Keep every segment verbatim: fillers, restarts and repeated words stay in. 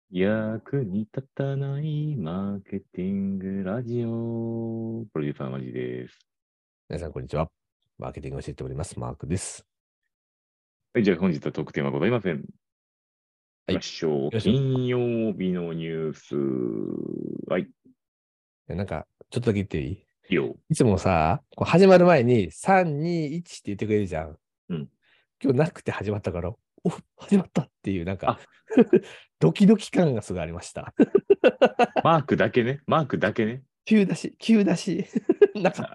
役に立たないマーケティングラジオ。プロデューサーのマジです。 皆さん、こんにちは。マーケティングを教えております。マークです。 はい、じゃあ本日は特典はございません。行きはい。 ましょう。 よいしょ。い金曜日のニュース。はい、 やなんか、ちょっとだけ言っていい？ いいよ。 いつもさ、こう始まる前にさん、に、いちって言ってくれるじゃん。 うん。 今日なくて始まったから、お、始まったっていう、なんかあ、 ドキドキ感がすごいありました。 マークだけね。マークだけね。 急だし、急だし、なかった。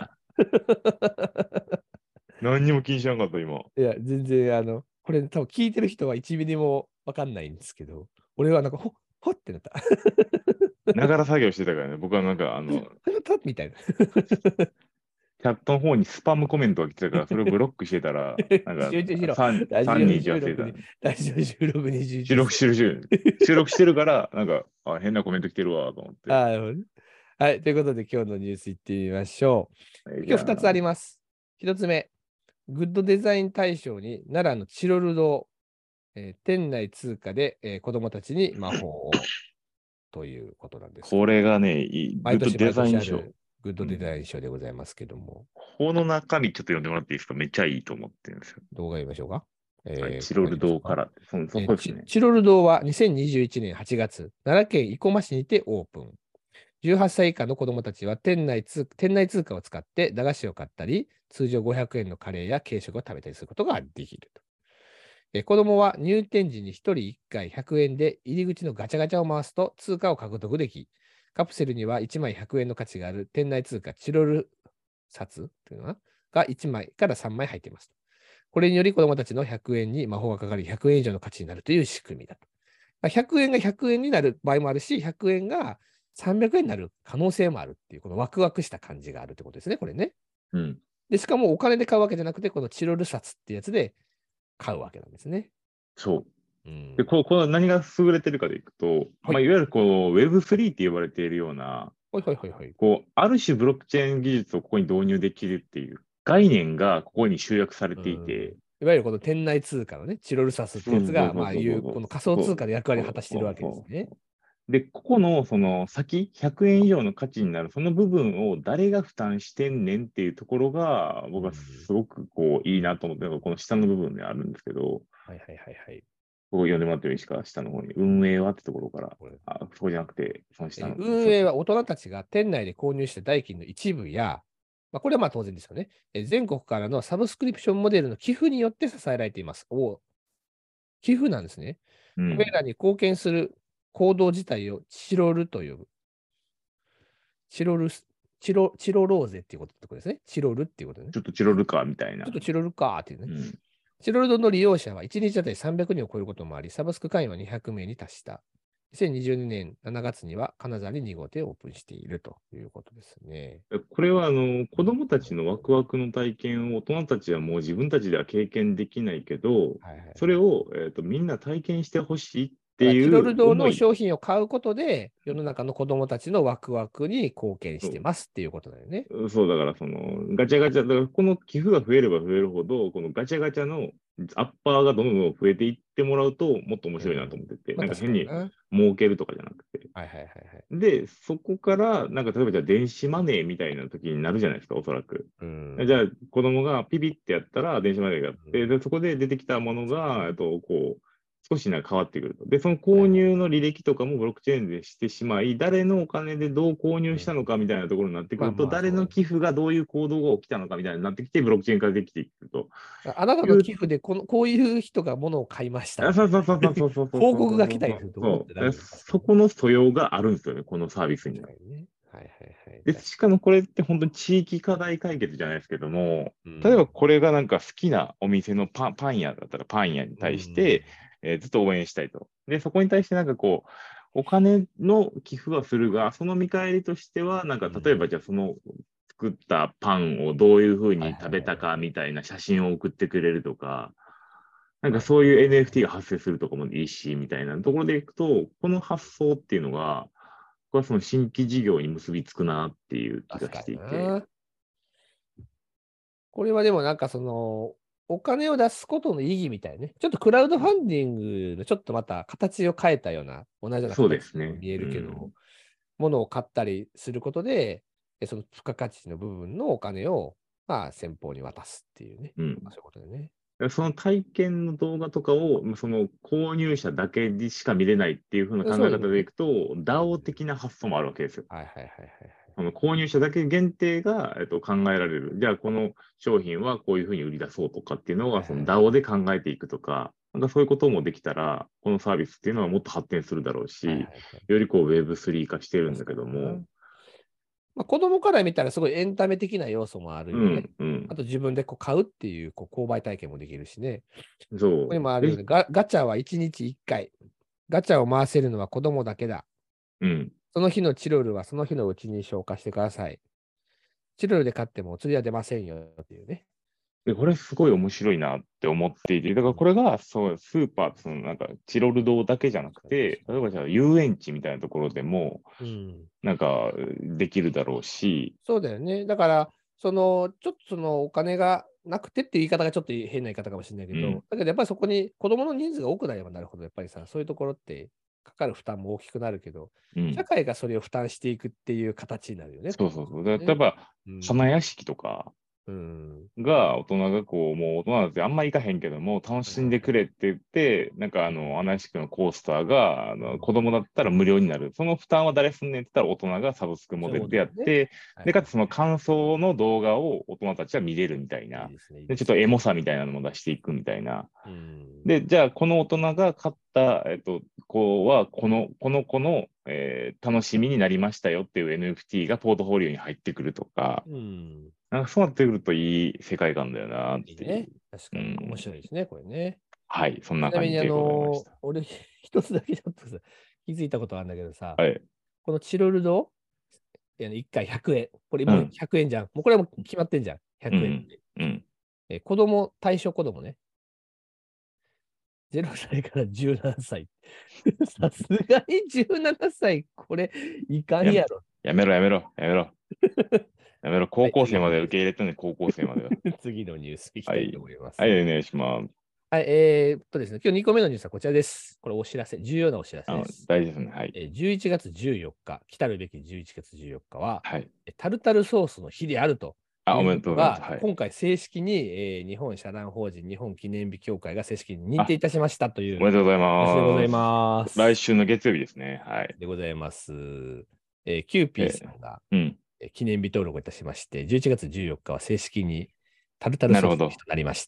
何にも気にしなかった、今。 いや、全然、あの、これ多分聞いてる人はいちミリもわかんないんですけど、俺はなんか、ほ、ほってなった。 ながら作業してたからね。僕はなんか、あの、 始まったみたいな。 チャットの方にスパムコメントが来てたから、それをブロックしてたら、なんか、 集中しろ。 さん、 ラジオさんにんじゃ忘れ収録に、 た。 ラジオ収録に集収録中する。 してる収録。収録してるから、なんか、あ、変なコメント来てるわ、と思って。 ああ、なるほどね。はい。ということで、今日のニュースいってみましょう。 はい、じ今日2つあゃあ、 ります。ひとつめ、グッドデザイン大賞に奈良のチロル堂、えー店内通貨で、えー子供たちに魔法をということなんですけこど、 れがね、いいグッドデ毎年毎ザイン賞。 年あるグッドデうん。 ザイン賞でございますけども、 この中身ちょっと読んでもらっていいですか？めっちゃいいと思ってるんですよ。 動画読みましょうか。 はい、 えー、ここチロルがいいでしょうか。 堂から。そ、そえーチ、 こですね。 チロル堂はにせんにじゅういちねんはちがつ、奈良県生駒市にてオープン。じゅうはっさい以下の子どもたちは店内通店内通貨を使って駄菓子を買ったり、通常ごひゃくえんのカレーや軽食を食べたりすることができると。え子どもは入店時にひとりいっかいひゃくえんで入り口のガチャガチャを回すと通貨を獲得でき、カプセルにはいちまいひゃくえんの価値がある店内通貨チロル札というのがいちまいからさんまい入っています。これにより子どもたちのひゃくえんに魔法がかかりひゃくえん以上の価値になるという仕組みだと。ひゃくえんがひゃくえんになる場合もあるし、ひゃくえんがさんびゃくえんになる可能性もあるっていう、このワクワクした感じがあるってことですね、これね。 うん。 で、しかもお金で買うわけじゃなくて、このチロル札ってやつで買うわけなんですね。 そう。で、 うん。 こう、この何が優れてるかでいくと、まあ、 はい。 いわゆるこう、ウェブスリー って呼ばれているような、 はいはいはいはい。 こう、ある種ブロックチェーン技術をここに導入できるっていう概念がここに集約されうていて、 ん。いわゆるこの店内通貨のね、チロル札ってそうやつが、まあ、 そうそうそういう、 そうこの仮想そう、 通貨で役割を果たそうそうしているわけですね。 そうそう。で、ここのその先、ひゃくえん以上の価値になるその部分を誰が負担してんねんっていうところが、僕はうん。 すごくこういいなと思って、この下の部分であるんですけど、 はいはいはいはい。 ここ読んでもらってるしか、下の方に、運営はってところから、 これあ、そこじゃなくて、その下えの、そうそう。 運営は大人たちが店内で購入した代金の一部や、まあ、これはまあ当然ですよね。え全国からのサブスクリプションモデルの寄付によって支えられています。お寄付なんですね。これうん。 らに貢献する行動自体をチロルと呼ぶ。チロルス、チロ、チロローゼっていうことってことですね。チロルっていうことね。 ちょっとチロルカーみたいな。 ちょっとチロルかーっていうね。 うん。 チロルドの利用者はいちにちあたりさんびゃくにんを超えることもあり、サブスク会員はにひゃくめいに達した。にせんにじゅうにねんしちがつには金沢にに号店をオープンしているということですね。 これは、あの、子うん供たちのワクワクの体験を大人たちはもう自分たちでは経験できないけど、 はいはいはい。 それを、えっと、みんな体験してほしいってだからチロいうル堂思い。 の商品を買うことで、世の中の子供たちのワクワクに貢献してますっていうことだよね。 そう、そうだから、その、 うん。 ガチャガチャ、だからこの寄付が増えれば増えるほど、このガチャガチャのアッパーがどんどん増えていってもらうと、もっと面白いなとうん。 思ってて、 まあなんか変に確かにな。 儲けるとかじゃなくて。 はいはいはいはい。 で、そこから、なんか例えばじゃあ電子マネーみたいな時になるじゃないですか、おそらく。 うじゃあん。 子供がピピってやったら電子マネーがあって、 うん。 で、そこで出てきたものが、えっと、こう、少しなんか変わってくると。で、そのはいはい。 購入の履歴とかもブロックチェーンでしてしまい、誰のお金でどう購入したのうん。 かみたいなところになってくると、 まあまあ、 誰のそ寄付がどういう行動が起きたのかみたいになってきて、ブロックチェーン化できてくるとう。あなたのいう、 寄付でこの、こういう人が物を買いましたあ、 みたいな。 そうそうそうそうそうそうそう報告が来たそうそうそうりすると思っそうで、 てダメよ。確かにね。 そこの素養があるんですよね、このサービスには。 確かにね。はいはいはい。 で、 確かしかもこれって本当に地域課題解決じゃないですけども、 に。う例えばん。 これがなんか好きなお店のパン、パン屋だったらパン屋にう対しん。 て、えーずっと応援したいと。で、そこに対してなんかこう、お金の寄付はするが、その見返りとしては、なんか例えうん。 ばじゃあその作ったパンをどういうふうはいに食べたはいはいはい。 かみたいな写真を送ってくれるとか、なんかはいそういう エヌエフティー がはい発生するとかもいいし、みたいなところでいくと、この発想っていうのが、これはその新規事業に結びつくなっていう気がし確かにていて。 な。これはでもなんかその、 お金を出すことの意義みたいね。ちょっとクラウドファンディングのちょっとまた形を変えたような、同じようなそうで形すね。 にも見えうるけど、 ん。 ものを買ったりすることで、えその付加価値の部分のお金を、まあ、先方に渡すっていうね。 うん。 まあ、そういうことでね。 その体験の動画とかを、その購入者だけにしか見れないっていう風な考え方そういうことね。 でいくと、 うんダオ 的な発想もあるわけですよ。 はいはいはいはいはい。 あの購入者だけ限定が、えっと、考えられる。じゃあ、この商品はこういうふうに売り出そうとかっていうのが、そのはいはいはい。 ダオ で考えていくとか、なんかそういうこともできたら、このサービスっていうのはもっと発展するだろうはいはいし、 はい。 よりこう ウェブスリー 化してるんだ確かけども、 にな。まあ、子供から見たらすごいエンタメ的な要素もあるよね。 うん、うん、 あと自分でこう買うっていうこう購買体験もできるしね。ここにそう。え、 もあるよね。ガ、ガチャはいちにちいっかい。ガチャを回せるのは子供だけだ。 うん。 その日のチロルはその日のうちに消化してください。チロルで買ってもお釣りは出ませんよっていうね。 で、これすごい面白いなって思っていて、だからこれが、そう、スーパー、そのなんか、チロル堂だけじゃなくて、例えばじゃあ遊園地みたいなところでも、 うん。 なんか、できるだろうし、 そうだよね。だから、その、ちょっとそのお金がなくてっていう言い方がちょっと変な言い方かもしれないけど、 うん、 だけどやっぱりそこに子供の人数が多くなればなるほど、やっぱりさ、そういうところってかかる負担も大きくなるけど、社うん。 会がそれを負担していくっていう形になるよね、 そうそうそう。 ね。 だ例えば、 うん。 花屋敷とかうん。 が、大人がこう、もう大人なんてあんま行かへんけども、楽しんでくれって言って、なんかあの、花屋敷のコースターが、あの、子供だったら無料になる。その負担は誰すんねんって言ったら大人がサブスクモそういうデルでやっことだよね。 て、で、 はいはい。 かつその感想の動画を大人たちは見れるみたいな。 いいですね、いいで、ちょっですね。 とエモさみたいなのも出していくみたいな。 うん。 で、じゃあ、この大人が買った、えっと、子は、この、この子の、えー楽しみになりましたよっていう エヌエフティー がポートフォリオに入ってくるとか、 うん。 なんかそうなってくるといい世界観だよなっいいね。 ていう。 確かに。面うん。 白いですね、これね。 はい、そんなちなみに、あ感じでございましの、 た。 俺、一つだけちょっとさ、気づいたことがあるんだけどさ、 はい。 このチロルド、いっかいひゃくえん。これもううん、 ひゃくえんじゃん。もうこれはもう決まってんじゃん。 うん、 ひゃくえんって。 うん。 えー子供、対象子供ね。ゼロさいからじゅうななさい。さすがにじゅうななさい、これ、いかんや、 やろ。 やめろ、やめろ、やめろ。やめろ、 はい、 高校生まで受次のニュース。 け入れてね、高校生までは。 次のニュースいきたいとはい。 思います。 はい、お願いします。 はい、えーっとですね、今日にこめのニュースはこちらです。これお知らせ、重要なお知らせであ、 す。 大事ですね。はい。 えーじゅういちがつじゅうよっか、来たるべきじゅういちがつじゅうよっかは、 はい。 えタルタルソースの日であるとあ、 いうおめでとうございます。 ことが、 はい。 今回正式に、えー日本社団法人日本記念日協会が正式に認定あ、 いたしましたというおめでとうございお知らせでございます。 ます。 来週の月曜日ですね。はい。 でございます。えーキューピーえさんが、 ーうん。 えー記念日登録をいたしまして、じゅういちがつじゅうよっかは正式にタルタルソースの日なるほど。 となりました。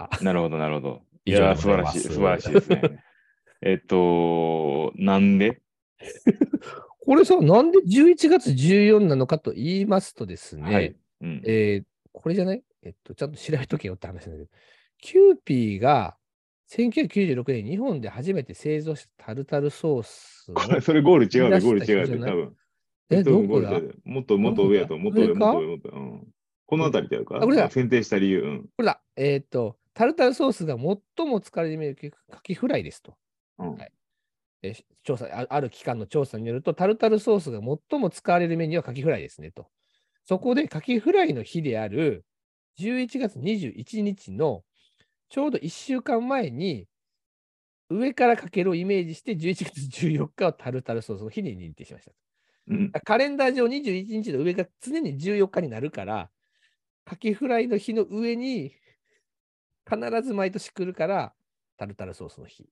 なるほど、なるほど。いやー、 以上でご素晴らしい、 ざいます。 素晴らしいですね。えっと、なんでこれさ、なんでじゅういちがつじゅうよっかなのかと言いますとですね、 はい。うん。 えーこれじゃないえっと、ちゃんと調べとけよって話なんだけど、キューピーがせんきゅうひゃくきゅうじゅうろくねんに日本で初めて製造したタルタルソースこれ、 をそれゴール違うで、ゴー売り出したル違うで、 日じゃない多分。えっえ、 と、 どこだゴール違うで。もっと、もっとどこだ上やと、もっと上、 これかもっと上、もっと上。うん。このこれかあたりちゃうかあ、これだ。 選定した理由。うん。 これだ。えっと、タルタルソースが最も使われるメニューカキフライですと。 うん。 はいえー調査あ、ある機関の調査によると、タルタルソースが最も使われるメニューはカキフライですねと。そこでカキフライの日であるじゅういちがつにじゅういちにちのちょうどいっしゅうかんまえに上からかけるをイメージしてじゅういちがつじゅうよっかをタルタルソースの日に認定しました。 うんカレンダー上にじゅういちにちの上が常にじゅうよっかになるから、カキフライの日の上に必ず毎年来るから、タルタルソースの日。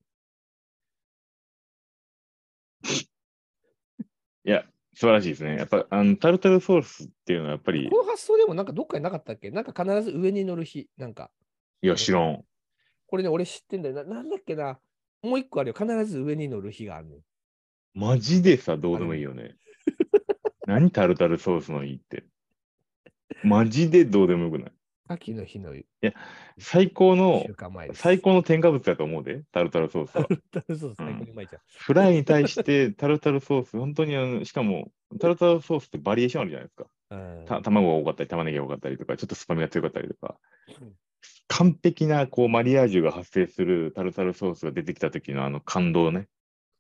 いや、素晴らしいですね。やっぱ、あの、タルタルソースっていうのはやっぱり、 この発想でもなんかどっかになかったっけなんか必ず上に乗る日。なんか。 いや、知らん。 これね、俺知ってんだよな。なんだっけな。もう一個あるよ。必ず上に乗る日があるのよ。 マジでさ、どうであるのよ。 もいいよね。何タルタルソースのいいって。マジでどうでもよくない。 秋の日のいや、最高の、 週間前です。 最高の添加物だと思うで、タルタルソースは。 タルタルソースうん最高にうまいじゃん。 フライに対してタルタルソース、本当にあの、しかも、タルタルソースってバリエーションあるじゃないですか。たうん卵が多かったり、玉ねぎが多かったりとか、ちょっとスパミが強かったりとか、 うん完璧なこうマリアージュが発生するタルタルソースが出てきた時のあの感動ね。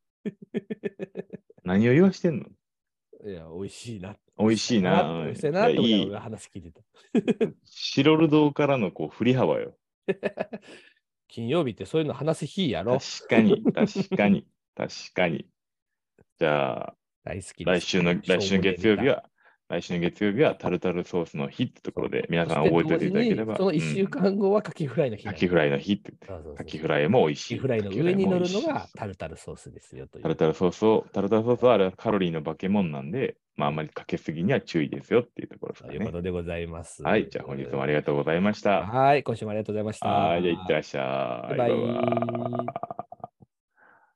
何を言わしてんのいや、美味しいな。 美味しいな。 美味しいいや、 なって思いながら俺いい。 話聞いてた。 チロル堂からのこう振り幅よ。 金曜日ってそういうの話す日やろ。 確かに、確かに、確かに。じゃあ、 大好きです。 来週の、 しょ来週のうもねえネタ。 月曜日は、来週の月曜日はタルタルソースの日ってところで、皆そしてさん覚えておいて同時に、 いただければ、 その1週うん。 間後はカキフライの日カなんで。 キフライの日って言って、 そうそうそうそう。 カキフライも美味カしい。 キフライのカキフライ上に乗るのも美味しい。 がタルタルソースですよという。 タルタルソースを、タルタルソースはあれはカロリーの化け物なんで、まああんまりかけすぎには注意ですよっていうところですというこかね。 とでございます。 はい。じゃあ本日もありがとうございました。 はい。今週もありがとうございましはい。じゃあいってた。 らっしゃい。 バイババイバイ。 イ。